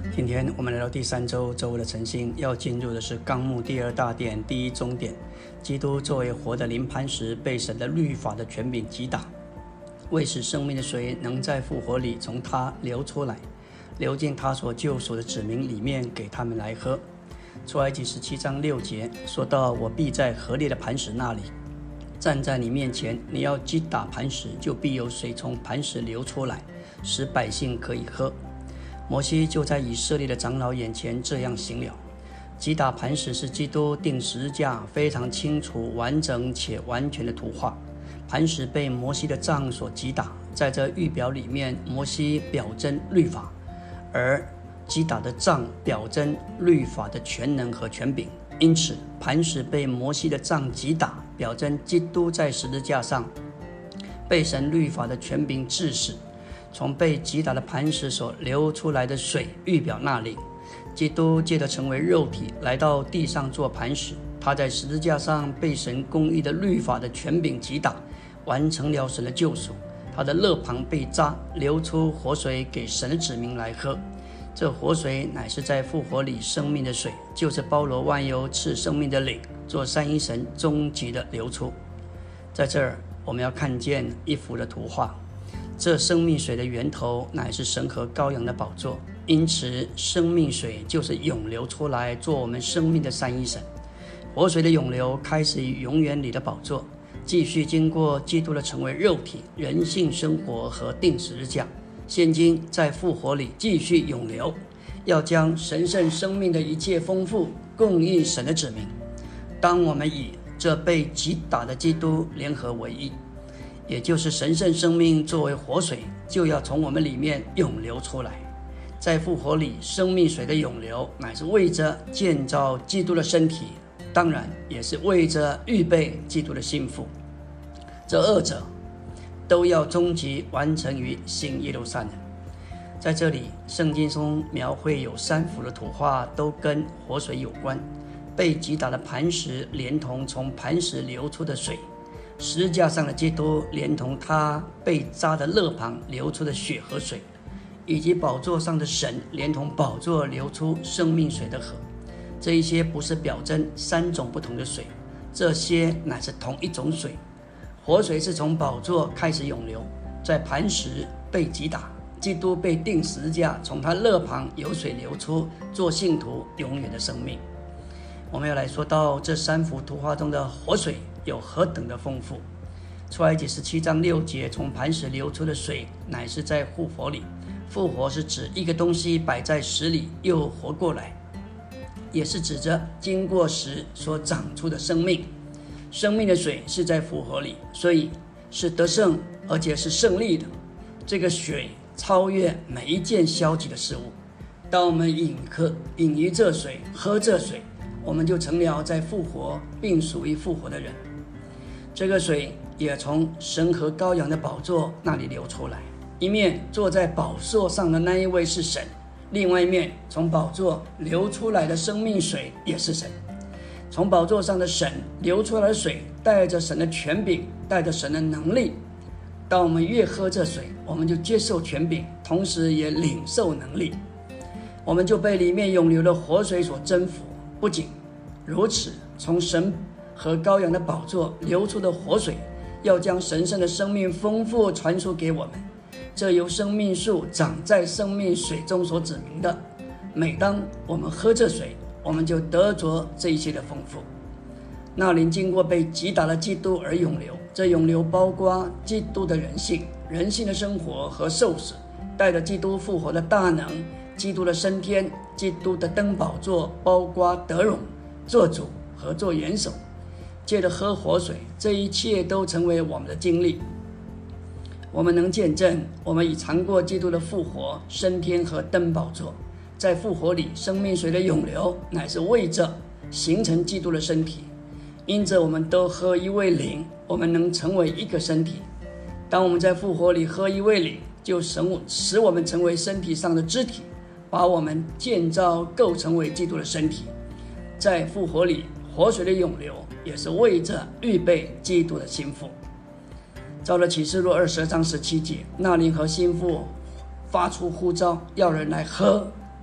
今天我们来到第3周周五的晨星，要进入的是纲目第2大点第1中点。基督作为活的灵磐石，被神的律法的权柄击打，为使生命的水能在复活里从他流出来，流进他所救赎的子民里面，给他们来喝。出埃及17章6节说到：我必在河裂的磐石那里站在你面前，你要击打磐石，就必有水从磐石流出来，使百姓可以喝。摩西就在以色列的长老眼前这样行了。击打磐石是基督钉十字架非常清楚、完整且完全的图画。磐石被摩西的杖所击打，在这预表里面，摩西表征律法，而击打的杖表征律法的全能和权柄。因此，磐石被摩西的杖击打，表征基督在十字架上被神律法的权柄治死。从被击打的磐石所流出来的水预表那灵。基督借着成为肉体来到地上做磐石，他在十字架上被神公义的律法的权柄击打，完成了神的救赎。他的肋旁被扎，流出活水给神的子民来喝。这活水乃是在复活里生命的水，就是包罗万有赐生命的灵，做三一神终极的流出。在这儿我们要看见一幅的图画，这生命水的源头乃是神和羔羊的宝座，因此生命水就是涌流出来，做我们生命的三一神。活水的涌流开始于永远里的宝座，继续经过基督的成为肉体、人性生活和钉十字架，现今在复活里继续涌流，要将神圣生命的一切丰富供应神的子民。当我们以这被击打的基督联合为一，也就是神圣生命作为活水，就要从我们里面涌流出来。在复活里，生命水的涌流乃是为着建造基督的身体，当然也是为着预备基督的心腹。这二者都要终极完成于新耶路撒冷。在这里，圣经中描绘有3幅的图画，都跟活水有关。被击打的磐石连同从磐石流出的水，十字架上的基督连同他被扎的肋旁流出的血和水，以及宝座上的神连同宝座流出生命水的河。这一些不是表征3种不同的水，这些乃是同一种水。活水是从宝座开始涌流，在磐石被击打，基督被钉十字架，从他肋旁有水流出，做信徒永远的生命。我们要来说到这3幅图画中的活水有何等的丰富。出埃及17章6节，从磐石流出的水乃是在复活里。复活是指一个东西摆在石里又活过来，也是指着经过石所长出的生命。生命的水是在复活里，所以是得胜而且是胜利的。这个水超越每一件消极的事物。当我们饮于这水，喝这水，我们就成了在复活并属于复活的人。这个水也从神和羔羊的宝座那里流出来，一面坐在宝座上的那一位是神，另外一面从宝座流出来的生命水也是神。从宝座上的神流出来的水带着神的权柄，带着神的能力。当我们越喝这水，我们就接受权柄，同时也领受能力，我们就被里面涌流的活水所征服。不仅如此，从神和羔羊的宝座流出的活水要将神圣的生命丰富传输给我们，这由生命树长在生命水中所指明的。每当我们喝这水，我们就得着这一切的丰富。那灵经过被击打的基督而涌流，这涌流包括基督的人性、人性的生活和受死，带着基督复活的大能，基督的升天，基督的登宝座，包括得荣、做主和做元首。借着喝活水，这一切都成为我们的经历。我们能见证，我们已尝过基督的复活、升天和登宝座。在复活里，生命水的涌流乃是为着形成基督的身体。因着我们都喝一位灵，我们能成为一个身体。当我们在复活里喝一位灵，就使我们成为身体上的肢体，把我们建造构成为基督的身体。在复活里，活水的涌流也是为着预备基督的心腹。照了启示录22章17节，那灵和心腹发出呼召，要人来喝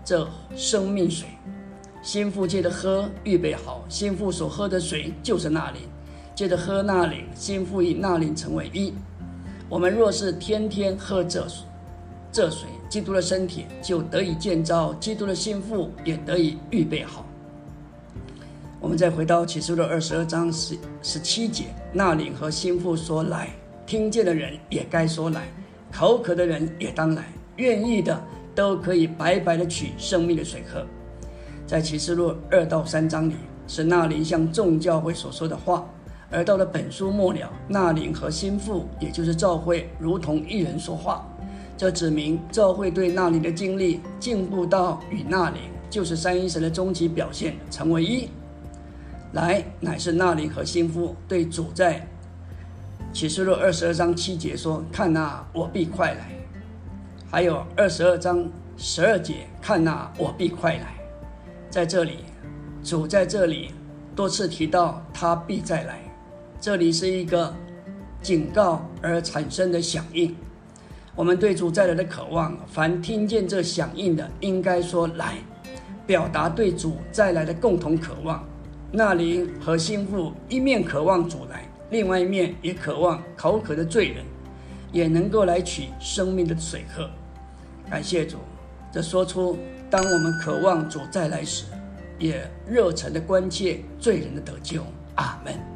这生命水。心腹借着喝预备好，心腹所喝的水就是那灵，借着喝那灵，心腹与那灵成为一。我们若是天天喝这水，基督的身体就得以建造，基督的心腹也得以预备好。我们再回到启示录22章17节，那灵和心腹说来，听见的人也该说来，口渴的人也当来，愿意的都可以白白的取生命的水喝。在启示录2到3章里，是那灵向众教会所说的话，而到了本书末了，那灵和心腹，也就是教会，如同一人说话。这指明教会对那灵的经历进步到与那灵，就是三一神的终极表现，成为一。来，乃是那灵和心腹对主在启示录22章7节说：“看哪，我必快来。”还有22章12节：“看哪，我必快来。”在这里，主在这里多次提到他必再来，这里是一个警告而产生的响应。我们对主再来的渴望，凡听见这响应的，应该说来，表达对主再来的共同渴望。那灵和心腹一面渴望主来，另外一面也渴望口渴的罪人也能够来取生命的水喝。感谢主，这说出当我们渴望主再来时，也热忱的关切罪人的得救。阿们。